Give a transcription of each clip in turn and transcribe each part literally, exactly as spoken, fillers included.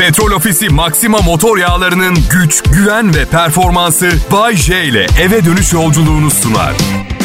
Petrol Ofisi Maxima motor yağlarının güç, güven ve performansı Bay J ile eve dönüş yolculuğunu sunar.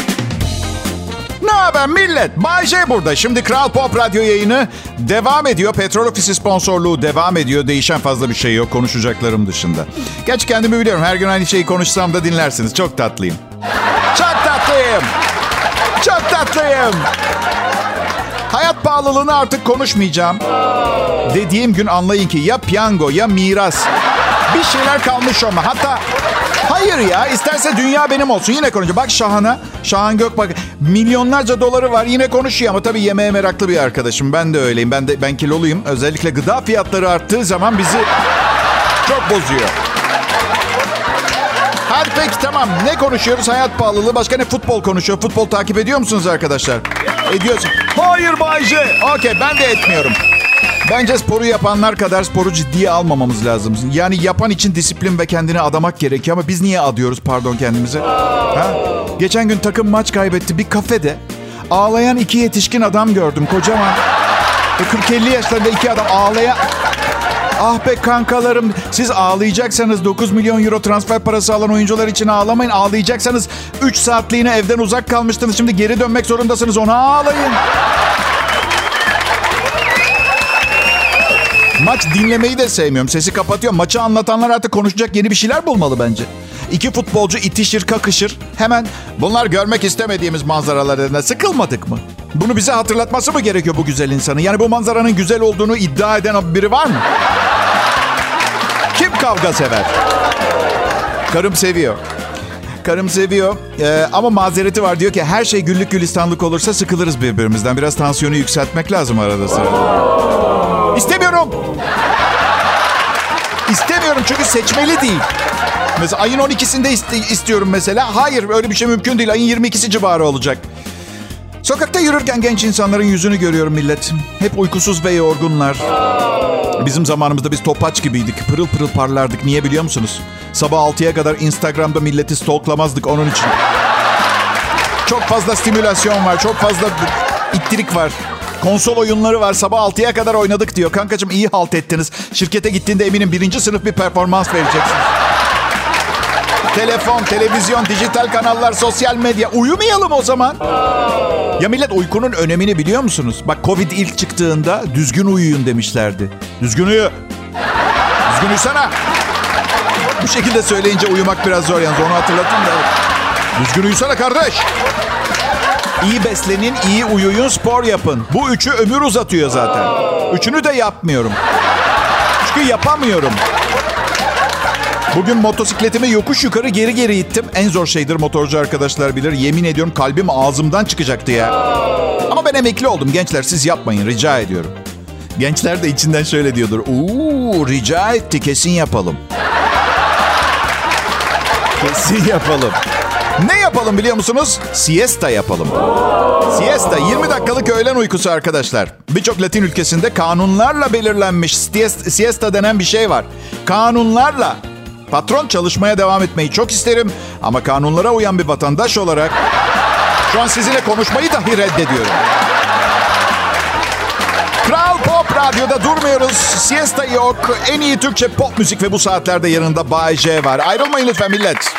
Ne haber millet? Bay J burada. Şimdi Kral Pop Radyo yayını devam ediyor. Petrol Ofisi sponsorluğu devam ediyor. Değişen fazla bir şey yok konuşacaklarım dışında. Geç kendimi biliyorum. Her gün aynı şeyi konuşsam da dinlersiniz. Çok tatlıyım. Çok tatlıyım. Çok tatlıyım. Hayat pahalılığını artık konuşmayacağım. Dediğim gün anlayın ki ya piyango ya miras. Bir şeyler kalmış ama. Hatta hayır ya, isterse dünya benim olsun. Yine konuşuyor. Bak Şahan'a. Şahan Gökbak. Milyonlarca doları var. Yine konuşuyor ama tabii yemeğe meraklı bir arkadaşım. Ben de öyleyim. Ben de ben kiloluyum. Özellikle gıda fiyatları arttığı zaman bizi çok bozuyor. Hadi peki tamam. Ne konuşuyoruz? Hayat pahalılığı. Başka ne? Futbol konuşuyor. Futbol takip ediyor musunuz arkadaşlar? Ediyorsun. Hayır Bay J. Okey, ben de etmiyorum. Bence sporu yapanlar kadar sporu ciddiye almamamız lazım. Yani yapan için disiplin ve kendini adamak gerekiyor ama biz niye adıyoruz pardon kendimize? Ha? Geçen gün takım maç kaybetti. Bir kafede ağlayan iki yetişkin adam gördüm. Kocaman. kırk elli yaşlarında iki adam ağlayan. Ah be kankalarım, siz ağlayacaksanız dokuz milyon euro transfer parası alan oyuncular için ağlamayın. Ağlayacaksanız üç saatliğine evden uzak kalmıştınız. Şimdi geri dönmek zorundasınız, ona ağlayın. Maç dinlemeyi de sevmiyorum. Sesi kapatıyorum. Maçı anlatanlar artık konuşacak yeni bir şeyler bulmalı bence. İki futbolcu itişir kakışır. Hemen bunlar görmek istemediğimiz manzaralarına sıkılmadık mı? Bunu bize hatırlatması mı gerekiyor bu güzel insanın? Yani bu manzaranın güzel olduğunu iddia eden biri var mı? Kim kavga sever? Karım seviyor. Karım seviyor ee, ama mazereti var. Diyor ki her şey güllük gülistanlık olursa sıkılırız birbirimizden. Biraz tansiyonu yükseltmek lazım arada sırada. İstemiyorum. İstemiyorum çünkü seçmeli değil. Mesela ayın on ikisinde iste- istiyorum mesela. Hayır, öyle bir şey mümkün değil. Ayın yirmi ikisi civarı olacak. Sokakta yürürken genç insanların yüzünü görüyorum millet. Hep uykusuz ve yorgunlar. Bizim zamanımızda biz topaç gibiydik. Pırıl pırıl parlardık. Niye biliyor musunuz? Sabah altıya kadar Instagram'da milleti stalklamazdık onun için. Çok fazla stimülasyon var. Çok fazla ittirik var. Konsol oyunları var. Sabah altıya kadar oynadık diyor. Kankacığım iyi halt ettiniz. Şirkete gittiğinde eminim birinci sınıf bir performans vereceksiniz. Telefon, televizyon, dijital kanallar, sosyal medya. Uyumayalım o zaman. Ya millet, uykunun önemini biliyor musunuz? Bak Covid ilk çıktığında düzgün uyuyun demişlerdi. Düzgün uyu. Düzgün uyusana. Bu şekilde söyleyince uyumak biraz zor yalnız. Onu hatırlatın da. Düzgün uyusana kardeş. İyi beslenin, iyi uyuyun, spor yapın. Bu üçü ömür uzatıyor zaten. Üçünü de yapmıyorum. Çünkü yapamıyorum. Bugün motosikletimi yokuş yukarı geri geri ittim. En zor şeydir, motorcu arkadaşlar bilir. Yemin ediyorum kalbim ağzımdan çıkacaktı ya. Ama ben emekli oldum gençler, siz yapmayın rica ediyorum. Gençler de içinden şöyle diyordur. Uuu rica etti, kesin yapalım. Kesin yapalım. Ne yapalım biliyor musunuz? Siesta yapalım. Siesta yirmi dakikalık öğlen uykusu arkadaşlar. Birçok Latin ülkesinde kanunlarla belirlenmiş siesta denen bir şey var. Kanunlarla. Patron çalışmaya devam etmeyi çok isterim ama kanunlara uyan bir vatandaş olarak şu an sizinle konuşmayı dahi reddediyorum. Kral Pop Radyo'da durmuyoruz. Siesta yok. En iyi Türkçe pop müzik ve bu saatlerde yanında Bay J var. Ayrılmayın lütfen millet.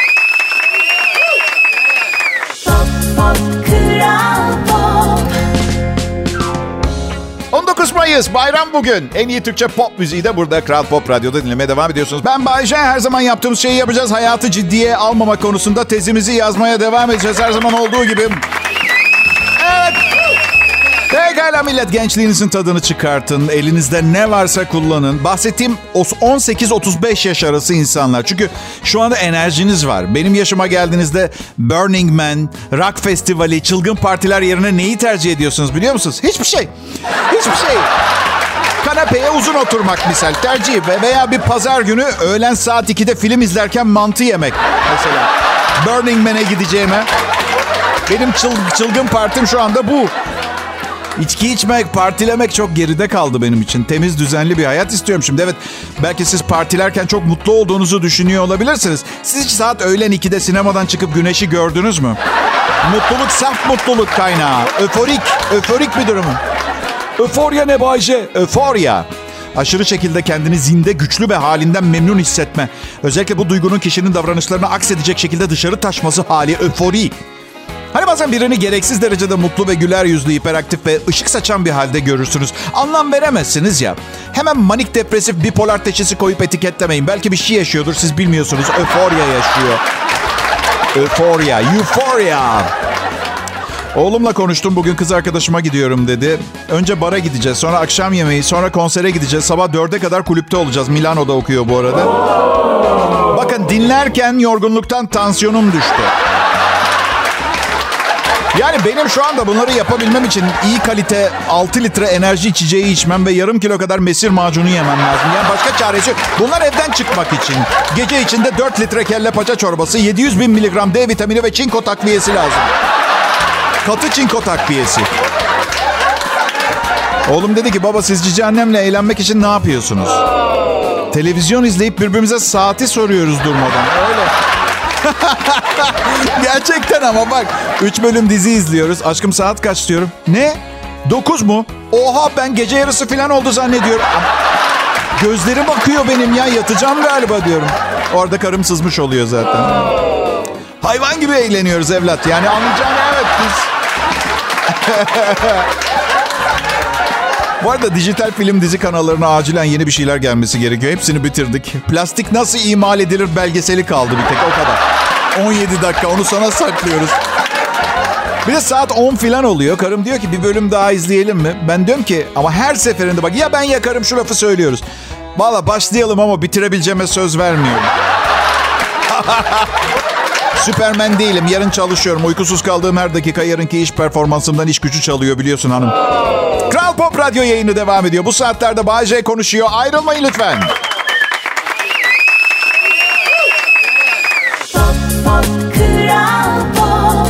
on dokuz Mayıs bayram bugün. En iyi Türkçe pop müziği de burada Kral Pop Radyo'da dinlemeye devam ediyorsunuz. Ben Bay J, her zaman yaptığımız şeyi yapacağız. Hayatı ciddiye almama konusunda tezimizi yazmaya devam edeceğiz her zaman olduğu gibi. Evet. Pekala millet, gençliğinizin tadını çıkartın. Elinizde ne varsa kullanın. Bahsettiğim on sekiz otuz beş yaş arası insanlar. Çünkü şu anda enerjiniz var. Benim yaşıma geldiğinizde Burning Man, rock festivali, çılgın partiler yerine neyi tercih ediyorsunuz biliyor musunuz? Hiçbir şey. Hiçbir şey. Kanepeye uzun oturmak misal tercih veya bir pazar günü öğlen saat ikide film izlerken mantı yemek mesela. Burning Man'e gideceğime. Benim çıl- çılgın partim şu anda bu. İçki içmek, partilemek çok geride kaldı benim için. Temiz, düzenli bir hayat istiyorum şimdi. Evet, belki siz partilerken çok mutlu olduğunuzu düşünüyor olabilirsiniz. Siz hiç saat öğlen ikide sinemadan çıkıp güneşi gördünüz mü? Mutluluk, saf mutluluk kaynağı. Öforik, öforik bir durumu. Öforya ne Bay J? Öforya. Aşırı şekilde kendini zinde, güçlü ve halinden memnun hissetme. Özellikle bu duygunun kişinin davranışlarını aksedecek şekilde dışarı taşması hali öfori. Hani bazen birini gereksiz derecede mutlu ve güler yüzlü, hiperaktif ve ışık saçan bir halde görürsünüz. Anlam veremezsiniz ya. Hemen manik depresif bipolar teşhisi koyup etiketlemeyin. Belki bir şey yaşıyordur, siz bilmiyorsunuz. Öforya yaşıyor. Öforya, euforia. Oğlumla konuştum, bugün kız arkadaşıma gidiyorum dedi. Önce bara gideceğiz, sonra akşam yemeği, sonra konsere gideceğiz. Sabah dörde kadar kulüpte olacağız. Milano'da okuyor bu arada. Bakın, dinlerken yorgunluktan tansiyonum düştü. Yani benim şu anda bunları yapabilmem için iyi kalite altı litre enerji içeceği içmem ve yarım kilo kadar mesir macunu yemem lazım. Yani başka çaresi yok. Bunlar evden çıkmak için. Gece içinde dört litre kelle paça çorbası, yedi yüz bin miligram D vitamini ve çinko takviyesi lazım. Katı çinko takviyesi. Oğlum dedi ki, baba siz cici annemle eğlenmek için ne yapıyorsunuz? Televizyon izleyip birbirimize saati soruyoruz durmadan. Öyle. Gerçekten ama bak. Üç bölüm dizi izliyoruz. Aşkım saat kaç diyorum. Ne? Dokuz mu? Oha, ben gece yarısı falan oldu zannediyorum. Gözlerim akıyor benim ya. Yatacağım galiba diyorum. Orada karım sızmış oluyor zaten. Hayvan gibi eğleniyoruz evlat. Yani anlayacağın, evet biz. Bu arada dijital film dizi kanallarına acilen yeni bir şeyler gelmesi gerekiyor. Hepsini bitirdik. Plastik nasıl imal edilir belgeseli kaldı bir tek, o kadar. on yedi dakika, onu sana saklıyoruz. Bir de saat on falan oluyor. Karım diyor ki bir bölüm daha izleyelim mi? Ben diyorum ki ama her seferinde bak, ya ben yakarım şu lafı söylüyoruz. Valla başlayalım ama bitirebileceğime söz vermiyorum. Süpermen değilim. Yarın çalışıyorum. Uykusuz kaldığım her dakika yarınki iş performansımdan iş gücü çalıyor, biliyorsun hanım. Kral Pop Radyo yayını devam ediyor. Bu saatlerde Bay J konuşuyor. Ayrılmayın lütfen. Pop, pop, Kral Pop.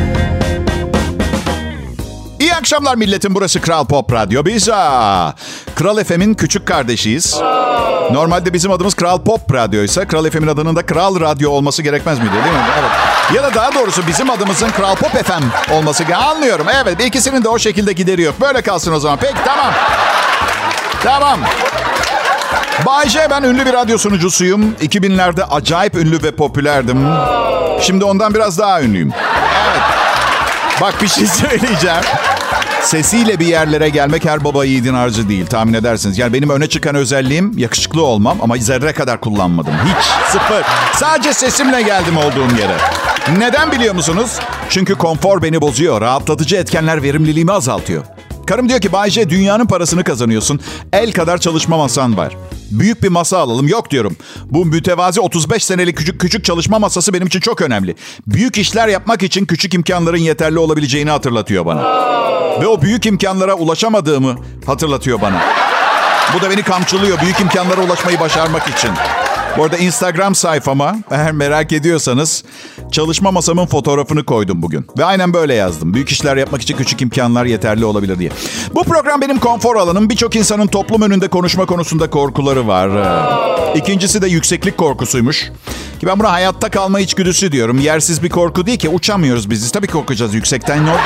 İyi akşamlar milletim. Burası Kral Pop Radyo. Biz aa, Kral F M'in küçük kardeşiyiz. Normalde bizim adımız Kral Pop Radyo'ysa Kral F M'in adının da Kral Radyo olması gerekmez miydi, değil mi? Evet. Ya da daha doğrusu bizim adımızın Kral Pop F M olması gerekiyor. Anlıyorum. Evet, ikisinin de o şekilde gideri yok. Böyle kalsın o zaman. Peki, tamam. Tamam. Bay J, ben ünlü bir radyo sunucusuyum. iki binlerde acayip ünlü ve popülerdim. Şimdi ondan biraz daha ünlüyüm. Evet. Bak, bir şey söyleyeceğim. Sesiyle bir yerlere gelmek her baba yiğidin harcı değil, tahmin edersiniz. Yani benim öne çıkan özelliğim yakışıklı olmam ama zerre kadar kullanmadım. Hiç, sıfır. Sadece sesimle geldim olduğum yere. Neden biliyor musunuz? Çünkü konfor beni bozuyor. Rahatlatıcı etkenler verimliliğimi azaltıyor. Karım diyor ki, Bay J, dünyanın parasını kazanıyorsun. El kadar çalışma masan var. Büyük bir masa alalım. Yok diyorum. Bu mütevazi otuz beş senelik küçük küçük çalışma masası benim için çok önemli. Büyük işler yapmak için küçük imkanların yeterli olabileceğini hatırlatıyor bana. Ve o büyük imkanlara ulaşamadığımı hatırlatıyor bana. Bu da beni kamçılıyor büyük imkanlara ulaşmayı başarmak için. Bu arada Instagram sayfama, eğer merak ediyorsanız, çalışma masamın fotoğrafını koydum bugün. Ve aynen böyle yazdım. Büyük işler yapmak için küçük imkanlar yeterli olabilir diye. Bu program benim konfor alanım. Birçok insanın toplum önünde konuşma konusunda korkuları var. İkincisi de yükseklik korkusuymuş. Ki ben buna hayatta kalma içgüdüsü diyorum. Yersiz bir korku değil ki. Uçamıyoruz biz. Tabii korkacağız yüksekten. Ne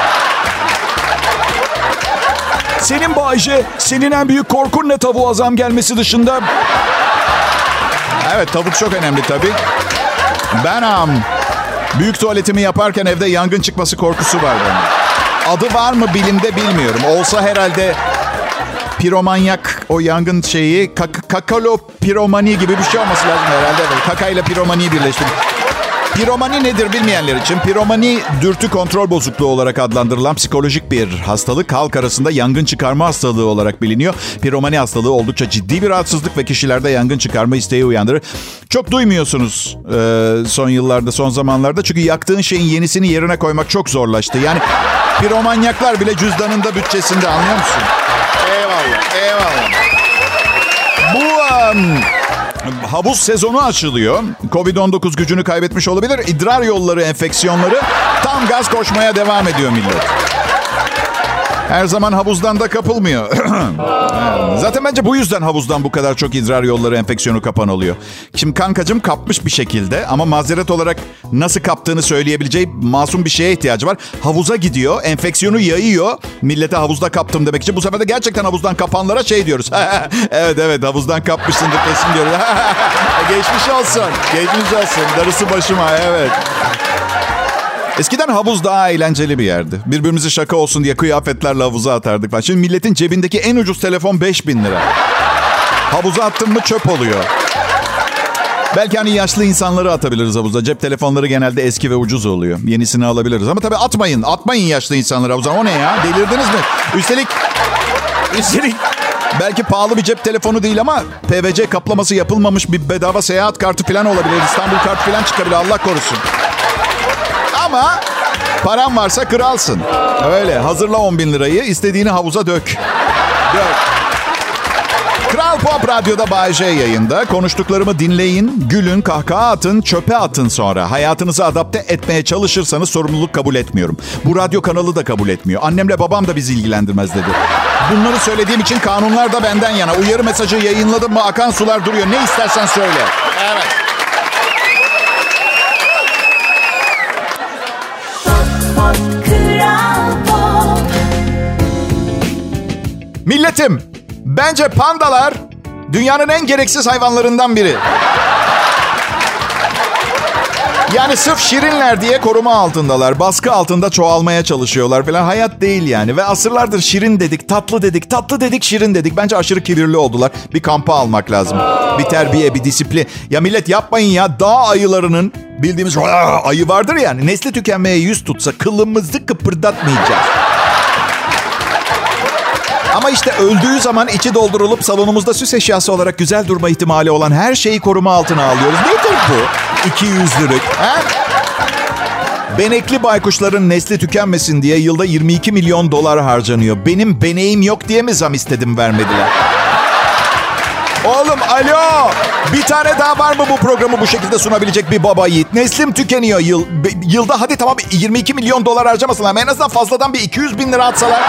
Senin Bay J, senin en büyük korkun ne tavuğa zam gelmesi dışında? Evet, tavuk çok önemli tabii. Ben am büyük tuvaletimi yaparken evde yangın çıkması korkusu var benim. Adı var mı bilimde bilmiyorum. Olsa herhalde piromanyak, o yangın şeyi, kak- kakalo piromani gibi bir şey olması lazım herhalde. Kakayla piromaniyi birleştirdim. Piromani nedir bilmeyenler için? Piromani, dürtü kontrol bozukluğu olarak adlandırılan psikolojik bir hastalık. Halk arasında yangın çıkarma hastalığı olarak biliniyor. Piromani hastalığı oldukça ciddi bir rahatsızlık ve kişilerde yangın çıkarma isteği uyandırır. Çok duymuyorsunuz e, son yıllarda, son zamanlarda. Çünkü yaktığın şeyin yenisini yerine koymak çok zorlaştı. Yani piromanyaklar bile cüzdanında, bütçesinde, anlıyor musun? Eyvallah, eyvallah. Bu... Um, havuz sezonu açılıyor. covid on dokuz gücünü kaybetmiş olabilir. İdrar yolları enfeksiyonları tam gaz koşmaya devam ediyor millet. Her zaman havuzdan da kapılmıyor. Zaten bence bu yüzden havuzdan bu kadar çok idrar yolları enfeksiyonu kapan oluyor. Şimdi kankacım kapmış bir şekilde ama mazeret olarak nasıl kaptığını söyleyebileceği masum bir şeye ihtiyacı var. Havuza gidiyor, enfeksiyonu yayıyor. Millete havuzda kaptım demek için. Bu sefer de gerçekten havuzdan kapanlara şey diyoruz. evet evet havuzdan kapmışsındır kesin diyoruz. Geçmiş olsun. Geçmiş olsun. Darısı başıma, evet. Eskiden havuz daha eğlenceli bir yerdi. Birbirimizi şaka olsun diye kıyafetlerle havuza atardık falan. Şimdi milletin cebindeki en ucuz telefon beş bin lira. Havuza attın mı çöp oluyor. Belki hani yaşlı insanları atabiliriz havuza. Cep telefonları genelde eski ve ucuz oluyor. Yenisini alabiliriz. Ama tabii atmayın. Atmayın yaşlı insanları havuza. O ne ya? Delirdiniz mi? Üstelik... Üstelik... Belki pahalı bir cep telefonu değil ama P V C kaplaması yapılmamış bir bedava seyahat kartı falan olabilir. İstanbul kartı falan çıkabilir. Allah korusun. Ama paran varsa kralsın. Öyle hazırla on bin lirayı, istediğini havuza dök. Dök. Kral Pop Radyo'da Bay J yayında. Konuştuklarımı dinleyin, gülün, kahkaha atın, çöpe atın sonra. Hayatınızı adapte etmeye çalışırsanız sorumluluk kabul etmiyorum. Bu radyo kanalı da kabul etmiyor. Annemle babam da bizi ilgilendirmez dedi. Bunları söylediğim için kanunlar da benden yana. Uyarı mesajı yayınladım mı akan sular duruyor. Ne istersen söyle. Evet. Milletim, bence pandalar dünyanın en gereksiz hayvanlarından biri. Yani sırf şirinler diye koruma altındalar. Baskı altında çoğalmaya çalışıyorlar falan. Hayat değil yani. Ve asırlardır şirin dedik, tatlı dedik, tatlı dedik, şirin dedik. Bence aşırı kibirli oldular. Bir kampa almak lazım. Bir terbiye, bir disiplin. Ya millet yapmayın ya. Dağ ayılarının bildiğimiz ayı vardır yani. Nesli tükenmeye yüz tutsa kılımızı kıpırdatmayacağız. Ama işte öldüğü zaman içi doldurulup salonumuzda süs eşyası olarak güzel durma ihtimali olan her şeyi koruma altına alıyoruz. Nedir bu? İki yüzlülük. Ha? Benekli baykuşların nesli tükenmesin diye yılda yirmi iki milyon dolar harcanıyor. Benim beneğim yok diye mi zam istedim vermediler? Oğlum alo! Bir tane daha var mı bu programı bu şekilde sunabilecek bir baba yiğit? Neslim tükeniyor yıl, yılda. Hadi tamam yirmi iki milyon dolar harcamasınlar. Ama en azından fazladan bir iki yüz bin lira atsalar.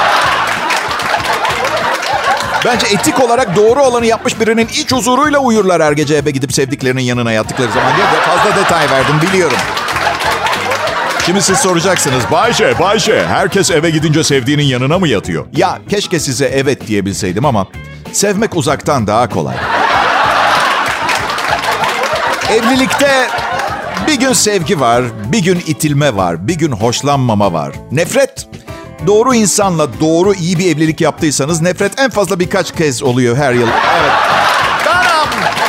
Bence etik olarak doğru olanı yapmış birinin iç huzuruyla uyurlar her gece eve gidip sevdiklerinin yanına yattıkları zaman diye de fazla detay verdim biliyorum. Şimdi siz soracaksınız. Bayşe, Bayşe herkes eve gidince sevdiğinin yanına mı yatıyor? Ya keşke size evet diyebilseydim ama sevmek uzaktan daha kolay. Evlilikte bir gün sevgi var, bir gün itilme var, bir gün hoşlanmama var. Nefret... Doğru insanla doğru iyi bir evlilik yaptıysanız nefret en fazla birkaç kez oluyor her yıl. Evet. Tanam.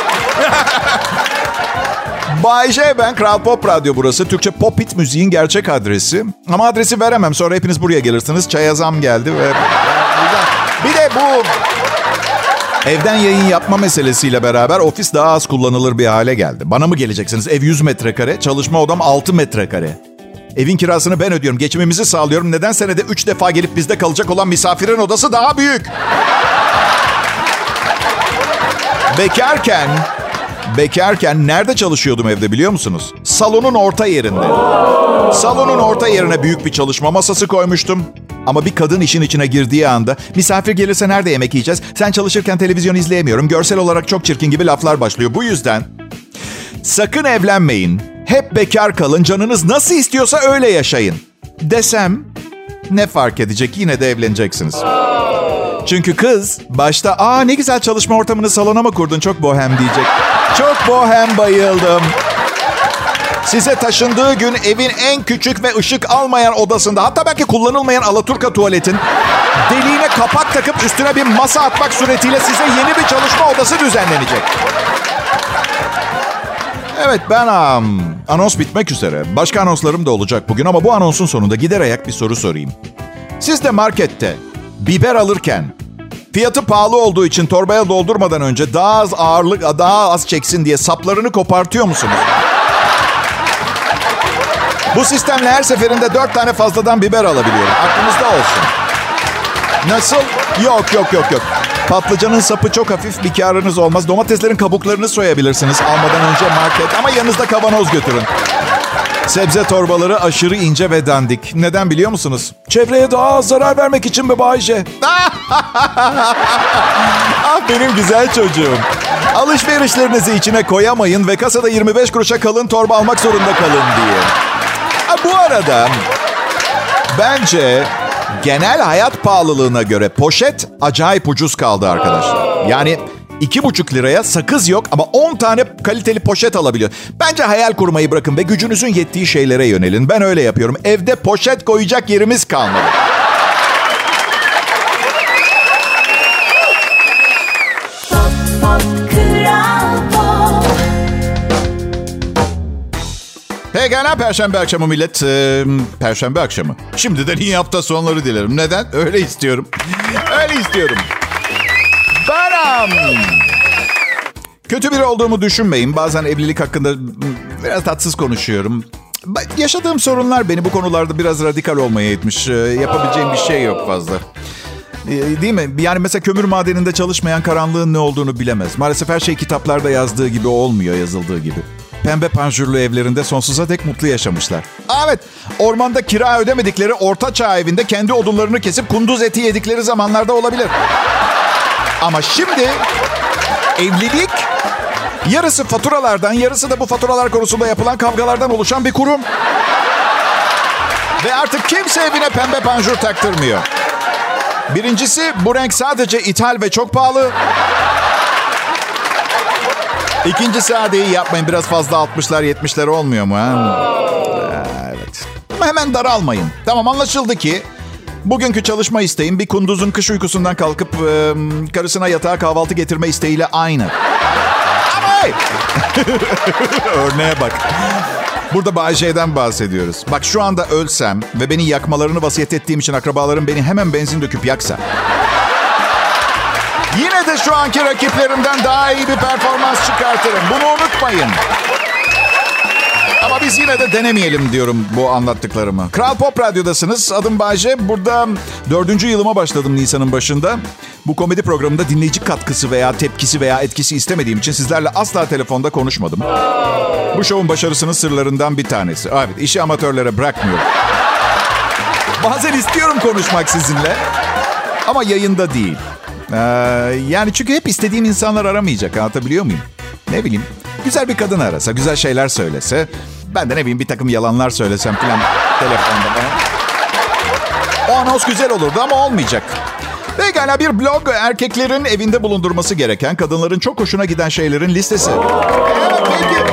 Bay J ben. Kral Pop Radyo burası. Türkçe pop hit müziğin gerçek adresi. Ama adresi veremem. Sonra hepiniz buraya gelirsiniz. Çaya zam geldi ve... Bir de bu... Evden yayın yapma meselesiyle beraber ofis daha az kullanılır bir hale geldi. Bana mı geleceksiniz? Ev yüz metrekare, çalışma odam altı metrekare. Evin kirasını ben ödüyorum. Geçimimizi sağlıyorum. Neden senede üç defa gelip bizde kalacak olan misafirin odası daha büyük? Bekarken, bekarken nerede çalışıyordum evde biliyor musunuz? Salonun orta yerinde. Salonun orta yerine büyük bir çalışma masası koymuştum. Ama bir kadın işin içine girdiği anda misafir gelirse nerede yemek yiyeceğiz? Sen çalışırken televizyon izleyemiyorum. Görsel olarak çok çirkin gibi laflar başlıyor. Bu yüzden sakın evlenmeyin. Hep bekar kalın, canınız nasıl istiyorsa öyle yaşayın desem ne fark edecek? Yine de evleneceksiniz. Çünkü kız başta aa ne güzel çalışma ortamını salona mı kurdun? Çok bohem diyecek. Çok bohem, bayıldım. Size taşındığı gün evin en küçük ve ışık almayan odasında, hatta belki kullanılmayan alaturka tuvaletin deliğine kapak takıp üstüne bir masa atmak suretiyle size yeni bir çalışma odası düzenlenecek. Evet ben um, anons bitmek üzere. Başka anonslarım da olacak bugün ama bu anonsun sonunda gider ayak bir soru sorayım. Siz de markette biber alırken fiyatı pahalı olduğu için torbaya doldurmadan önce daha az ağırlık, daha az çeksin diye saplarını kopartıyor musunuz? Bu sistemle her seferinde dört tane fazladan biber alabiliyorum. Aklınızda olsun. Nasıl? Yok yok yok yok. Patlıcanın sapı çok hafif, bir karınız olmaz. Domateslerin kabuklarını soyabilirsiniz almadan önce market. Ama yanınızda kavanoz götürün. Sebze torbaları aşırı ince ve dandik. Neden biliyor musunuz? Çevreye daha az zarar vermek için mi Bay J? Ah benim güzel çocuğum. Alışverişlerinizi içine koyamayın ve kasada yirmi beş kuruşa kalın torba almak zorunda kalın diye. Ha, bu arada bence genel hayat pahalılığına göre poşet acayip ucuz kaldı arkadaşlar. Yani iki buçuk liraya sakız yok ama on tane kaliteli poşet alabiliyor. Bence hayal kurmayı bırakın ve gücünüzün yettiği şeylere yönelin. Ben öyle yapıyorum. Evde poşet koyacak yerimiz kalmadı. Pekala Perşembe akşamı millet. Ee, Perşembe akşamı. Şimdiden iyi hafta sonları dilerim. Neden? Öyle istiyorum. Öyle istiyorum. Baram. Kötü biri olduğumu düşünmeyin. Bazen evlilik hakkında biraz tatsız konuşuyorum. Yaşadığım sorunlar beni bu konularda biraz radikal olmaya itmiş. Ee, yapabileceğim bir şey yok fazla. Ee, değil mi? Yani mesela kömür madeninde çalışmayan karanlığın ne olduğunu bilemez. Maalesef her şey kitaplarda yazdığı gibi olmuyor, yazıldığı gibi. Pembe panjurlu evlerinde sonsuza dek mutlu yaşamışlar. Evet, ormanda kira ödemedikleri orta çağ evinde kendi odunlarını kesip kunduz eti yedikleri zamanlarda olabilir. Ama şimdi evlilik yarısı faturalardan, yarısı da bu faturalar konusunda yapılan kavgalardan oluşan bir kurum. Ve artık kimse evine pembe panjur taktırmıyor. Birincisi, bu renk sadece ithal ve çok pahalı. İkincisi, hadi yapmayın, biraz fazla altmışlar yetmişler olmuyor mu? Ha? Evet. Ama hemen daralmayın. Tamam, anlaşıldı ki bugünkü çalışma isteğim bir kunduzun kış uykusundan kalkıp e, karısına yatağa kahvaltı getirme isteğiyle aynı. Ama hey! Örneğe bak. Burada Bay J'den bahsediyoruz. Bak, şu anda ölsem ve beni yakmalarını vasiyet ettiğim için akrabalarım beni hemen benzin döküp yaksa, yine de şu anki rakiplerimden daha iyi bir performans çıkartırım. Bunu unutmayın. Ama biz yine de denemeyelim diyorum bu anlattıklarımı. Kral Pop Radyo'dasınız. Adım Bay J. Burada dördüncü yılıma başladım Nisan'ın başında. Bu komedi programında dinleyici katkısı veya tepkisi veya etkisi istemediğim için sizlerle asla telefonda konuşmadım. Bu şovun başarısının sırlarından bir tanesi. Evet, işi amatörlere bırakmıyorum. Bazen istiyorum konuşmak sizinle ama yayında değil. Ee, yani çünkü hep istediğim insanlar aramayacak, anlatabiliyor muyum? Ne bileyim, güzel bir kadın arasa, güzel şeyler söylese, ben de ne bileyim bir takım yalanlar söylesem falan telefonda bana. O anons güzel olurdu ama olmayacak. Pekala, bir blog erkeklerin evinde bulundurması gereken, kadınların çok hoşuna giden şeylerin listesi. Evet, peki.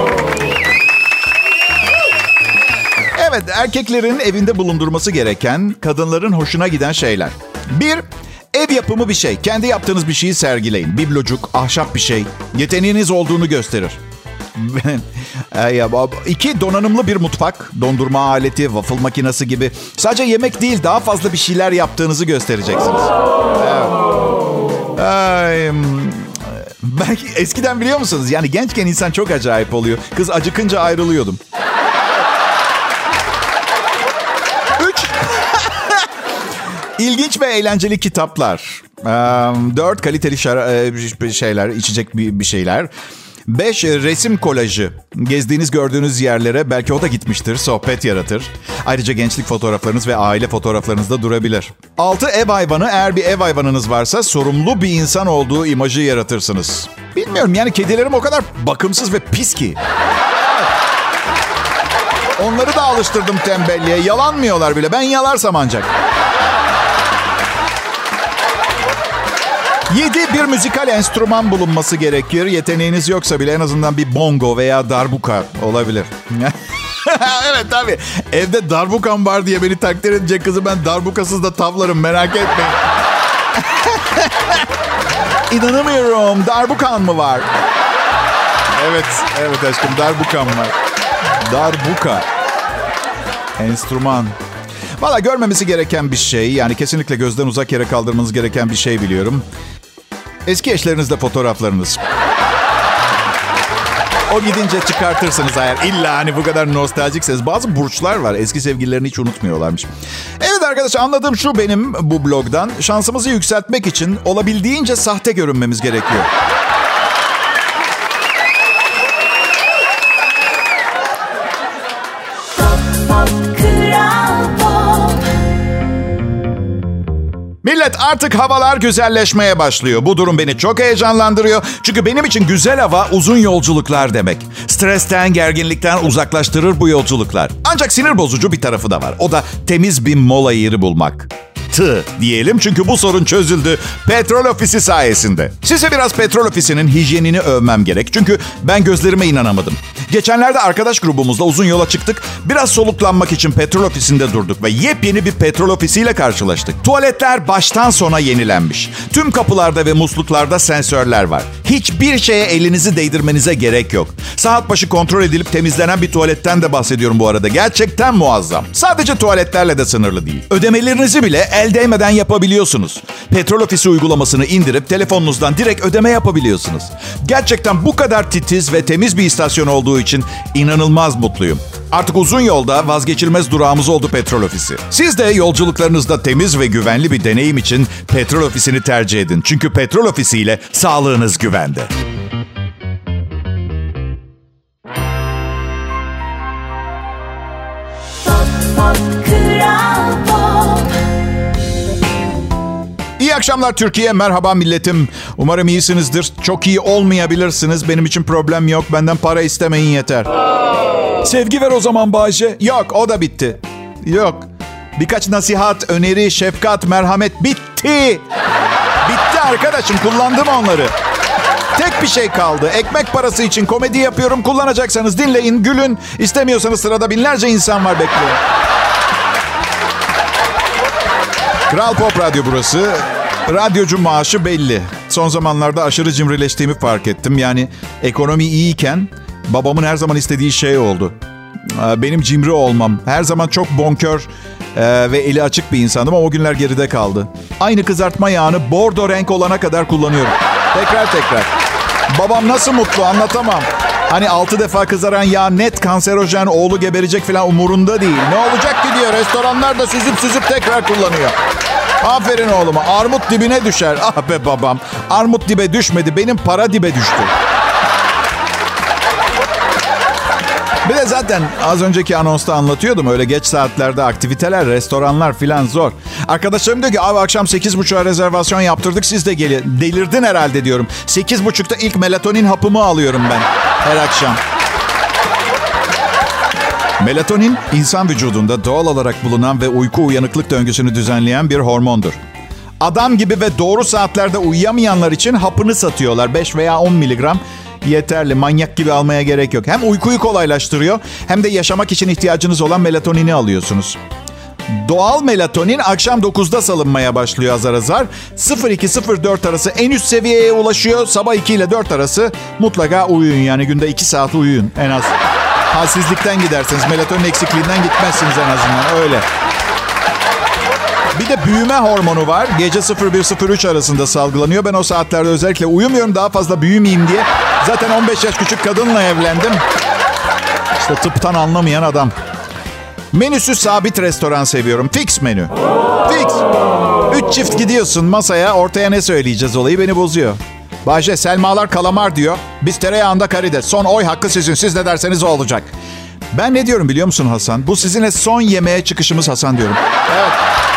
Evet, erkeklerin evinde bulundurması gereken, kadınların hoşuna giden şeyler. Bir, ev yapımı bir şey. Kendi yaptığınız bir şeyi sergileyin. Biblocuk, ahşap bir şey. Yeteneğiniz olduğunu gösterir. İki, donanımlı bir mutfak. Dondurma aleti, waffle makinesi gibi. Sadece yemek değil, daha fazla bir şeyler yaptığınızı göstereceksiniz. Evet. Ay, belki eskiden biliyor musunuz? Yani gençken insan çok acayip oluyor. Kız acıkınca ayrılıyordum. Üç. İlginç ve eğlenceli kitaplar. Dört, kaliteli şara- şeyler, içecek bir şeyler. Beş, resim kolajı. Gezdiğiniz, gördüğünüz yerlere belki o da gitmiştir, sohbet yaratır. Ayrıca gençlik fotoğraflarınız ve aile fotoğraflarınız da durabilir. Altı, ev hayvanı. Eğer bir ev hayvanınız varsa sorumlu bir insan olduğu imajı yaratırsınız. Bilmiyorum, yani kedilerim o kadar bakımsız ve pis ki. Onları da alıştırdım tembelliğe. Yalanmıyorlar bile. Ben yalarsam ancak. Yedi, bir müzikal enstrüman bulunması gerekir. Yeteneğiniz yoksa bile en azından bir bongo veya darbuka olabilir. Evet, tabii. Evde darbukam var diye beni takdir edecek kızı ben darbukasız da tavlarım, merak etmeyin. İnanamıyorum. Darbukan mı var? Evet, evet aşkım, darbukam var. Darbuka. Enstrüman. Valla görmemesi gereken bir şey. Yani kesinlikle gözden uzak yere kaldırmanız gereken bir şey biliyorum. Eski eşlerinizle fotoğraflarınız. O gidince çıkartırsınız eğer illa hani bu kadar nostaljikseniz. Bazı burçlar var, eski sevgililerini hiç unutmuyorlarmış. Evet arkadaşlar, anladığım şu benim bu blogdan. Şansımızı yükseltmek için olabildiğince sahte görünmemiz gerekiyor. Millet, artık havalar güzelleşmeye başlıyor. Bu durum beni çok heyecanlandırıyor. Çünkü benim için güzel hava uzun yolculuklar demek. Stresten, gerginlikten uzaklaştırır bu yolculuklar. Ancak sinir bozucu bir tarafı da var. O da temiz bir mola yeri bulmak. Tı diyelim çünkü bu sorun çözüldü petrol ofisi sayesinde. Size biraz petrol ofisinin hijyenini övmem gerek. Çünkü ben gözlerime inanamadım. Geçenlerde arkadaş grubumuzla uzun yola çıktık. Biraz soluklanmak için petrol ofisinde durduk ve yepyeni bir petrol ofisiyle karşılaştık. Tuvaletler baştan sona yenilenmiş. Tüm kapılarda ve musluklarda sensörler var. Hiçbir şeye elinizi değdirmenize gerek yok. Saat başı kontrol edilip temizlenen bir tuvaletten de bahsediyorum bu arada. Gerçekten muazzam. Sadece tuvaletlerle de sınırlı değil. Ödemelerinizi bile el değmeden yapabiliyorsunuz. Petrol ofisi uygulamasını indirip telefonunuzdan direkt ödeme yapabiliyorsunuz. Gerçekten bu kadar titiz ve temiz bir istasyon olduğu için inanılmaz mutluyum. Artık uzun yolda vazgeçilmez durağımız oldu petrol ofisi. Siz de yolculuklarınızda temiz ve güvenli bir deneyim için petrol ofisini tercih edin. Çünkü petrol ofisiyle sağlığınız güvende. İyi akşamlar Türkiye, merhaba milletim. Umarım iyisinizdir. Çok iyi olmayabilirsiniz. Benim için problem yok. Benden para istemeyin yeter. Sevgi ver o zaman Bayce. Yok, o da bitti. Yok. Birkaç nasihat, öneri, şefkat, merhamet bitti. Bitti arkadaşım, kullandım onları. Tek bir şey kaldı. Ekmek parası için komedi yapıyorum. Kullanacaksanız dinleyin, gülün. İstemiyorsanız sırada binlerce insan var bekliyor. Kral Pop Radyo burası. Radyocu maaşı belli. Son zamanlarda aşırı cimrileştiğimi fark ettim. Yani ekonomi iyiyken babamın her zaman istediği şey oldu. Benim cimri olmam. Her zaman çok bonkör ve eli açık bir insandım ama o günler geride kaldı. Aynı kızartma yağını bordo renk olana kadar kullanıyorum. Tekrar tekrar. Babam nasıl mutlu anlatamam. Hani altı defa kızaran yağ net kanserojen, oğlu geberecek falan umurunda değil. Ne olacak ki diyor. Restoranlar da süzüp süzüp tekrar kullanıyor. Aferin oğluma. Armut dibine düşer. Ah be babam. Armut dibe düşmedi. Benim para dibe düştü. Bir de zaten az önceki anonsta anlatıyordum. Öyle geç saatlerde aktiviteler, restoranlar filan zor. Arkadaşlarım diyor ki abi akşam sekiz buçuğa rezervasyon yaptırdık, siz de gelin. Delirdin herhalde diyorum. sekiz buçukta ilk melatonin hapımı alıyorum ben her akşam. Melatonin, insan vücudunda doğal olarak bulunan ve uyku uyanıklık döngüsünü düzenleyen bir hormondur. Adam gibi ve doğru saatlerde uyuyamayanlar için hapını satıyorlar. beş veya on miligram yeterli. Manyak gibi almaya gerek yok. Hem uykuyu kolaylaştırıyor hem de yaşamak için ihtiyacınız olan melatonini alıyorsunuz. Doğal melatonin akşam dokuzda salınmaya başlıyor azar azar. sıfır iki sıfır dört arası en üst seviyeye ulaşıyor. Sabah iki ile dört arası mutlaka uyuyun. Yani günde iki saat uyuyun en az. Halsizlikten gidersiniz. Melatonin eksikliğinden gitmezsiniz en azından. Öyle. Bir de büyüme hormonu var. Gece sıfır bir sıfır üç arasında salgılanıyor. Ben o saatlerde özellikle uyumuyorum. Daha fazla büyümeyeyim diye. Zaten on beş yaş küçük kadınla evlendim. İşte tıptan anlamayan adam. Menüsü sabit restoran seviyorum. Fix menü. Fix. Üç çift gidiyorsun masaya. Ortaya ne söyleyeceğiz olayı beni bozuyor. Bahçe Selmalar kalamar diyor. Biz tereyağında karides. Son oy hakkı sizin. Siz ne derseniz o olacak. Ben ne diyorum biliyor musun Hasan? Bu sizinle son yemeğe çıkışımız Hasan diyorum. Evet.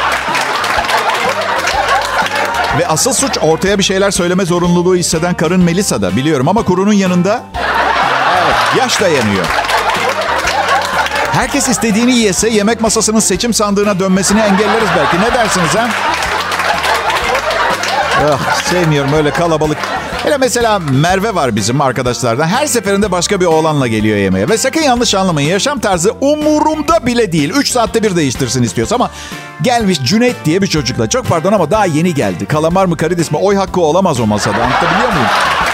Ve asıl suç ortaya bir şeyler söyleme zorunluluğu hisseden karın Melisa'da. Biliyorum ama kurunun yanında evet, yaş dayanıyor. Herkes istediğini yese yemek masasının seçim sandığına dönmesini engelleriz belki. Ne dersiniz ha? Ah, sevmiyorum öyle kalabalık. Hele mesela Merve var bizim arkadaşlardan. Her seferinde başka bir oğlanla geliyor yemeğe. Ve sakın yanlış anlamayın. Yaşam tarzı umurumda bile değil. Üç saatte bir değiştirsin istiyorsa ama gelmiş Cüneyt diye bir çocukla. Çok pardon ama daha yeni geldi. Kalamar mı karides mi? Oy hakkı olamaz o masada. Anlatabiliyor muyum?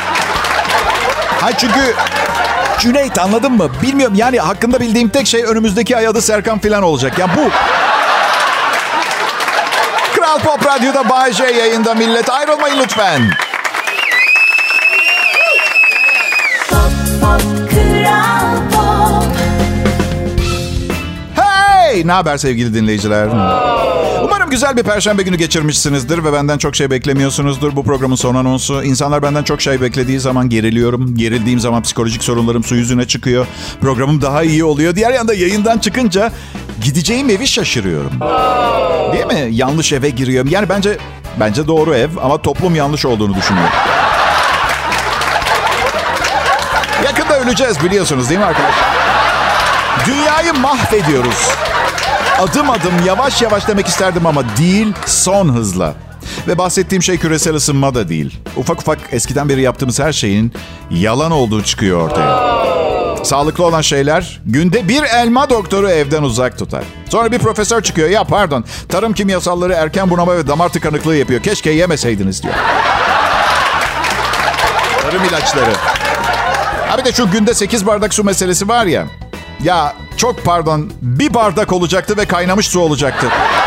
Ha çünkü Cüneyt anladın mı? Bilmiyorum yani hakkında bildiğim tek şey önümüzdeki ay adı Serkan falan olacak. Ya bu... Kral Pop Radyo'da Bay J yayında millet. Ayrılmayın lütfen. Hey! Ne haber sevgili dinleyiciler? Umarım Umarım güzel bir perşembe günü geçirmişsinizdir ve benden çok şey beklemiyorsunuzdur. Bu programın son anonsu. İnsanlar benden çok şey beklediği zaman geriliyorum. Gerildiğim zaman psikolojik sorunlarım su yüzüne çıkıyor. Programım daha iyi oluyor. Diğer yanda yayından çıkınca gideceğim evi şaşırıyorum. Değil mi? Yanlış eve giriyorum. Yani bence bence doğru ev ama toplum yanlış olduğunu düşünüyor. Yakında öleceğiz biliyorsunuz değil mi arkadaşlar? Dünyayı mahvediyoruz. Adım adım, yavaş yavaş demek isterdim ama değil, son hızla. Ve bahsettiğim şey küresel ısınma da değil. Ufak ufak eskiden beri yaptığımız her şeyin yalan olduğu çıkıyor ortaya. Sağlıklı olan şeyler, günde bir elma doktoru evden uzak tutar. Sonra bir profesör çıkıyor, ya pardon, tarım kimyasalları erken bunama ve damar tıkanıklığı yapıyor. Keşke yemeseydiniz diyor. Tarım ilaçları. Ha bir de şu günde sekiz bardak su meselesi var ya. Ya çok pardon, bir bardak olacaktı ve kaynamış su olacaktı.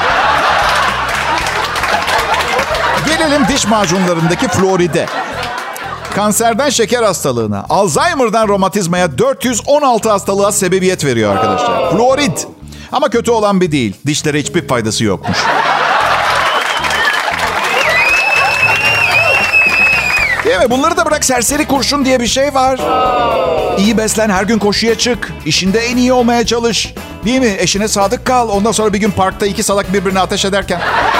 Gelelim diş macunlarındaki fluoride. Kanserden şeker hastalığına, Alzheimer'dan romatizmaya, dört yüz on altı hastalığa sebebiyet veriyor arkadaşlar. Fluorid. Ama kötü olan bir değil. Dişlere hiçbir faydası yokmuş. Değil mi? Bunları da bırak, serseri kurşun diye bir şey var. İyi beslen, her gün koşuya çık. İşinde en iyi olmaya çalış. Değil mi? Eşine sadık kal. Ondan sonra bir gün parkta iki salak birbirine ateş ederken...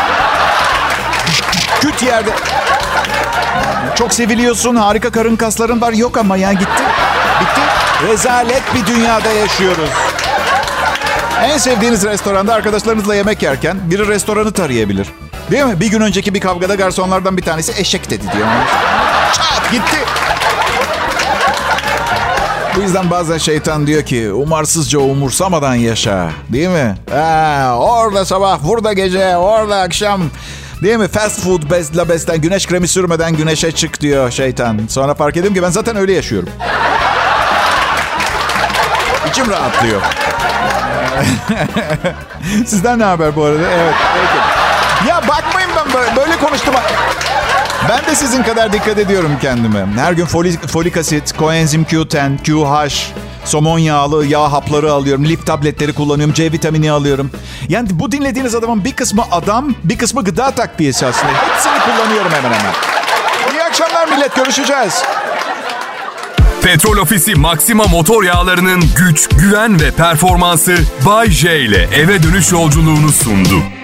Küt yerde... Çok seviliyorsun, harika karın kasların var. Yok ama yani gitti. Bitti. Rezalet bir dünyada yaşıyoruz. En sevdiğiniz restoranda arkadaşlarınızla yemek yerken biri restoranı tarayabilir. Değil mi? Bir gün önceki bir kavgada garsonlardan bir tanesi eşek dedi diyor. Çat gitti. Bu yüzden bazen şeytan diyor ki umarsızca umursamadan yaşa. Değil mi? Ha, orada sabah, burada gece, orada akşam. Değil mi? Fast food bezle beslen, güneş kremi sürmeden güneşe çık diyor şeytan. Sonra fark ettim ki ben zaten öyle yaşıyorum. İçim rahatlıyor. Sizden ne haber bu arada? Evet, peki. Ya bakmayın ben böyle, böyle konuştum. Ben de sizin kadar dikkat ediyorum kendime. Her gün folik, folik asit, koenzim Q on, Q H, somon yağlı yağ hapları alıyorum. Lif tabletleri kullanıyorum. C vitamini alıyorum. Yani bu dinlediğiniz adamın bir kısmı adam, bir kısmı gıda takviyesi aslında. Hepsini kullanıyorum hemen hemen. İyi akşamlar millet. Görüşeceğiz. Petrol Ofisi Maxima motor yağlarının güç, güven ve performansı Bay J ile eve dönüş yolculuğunu sundu.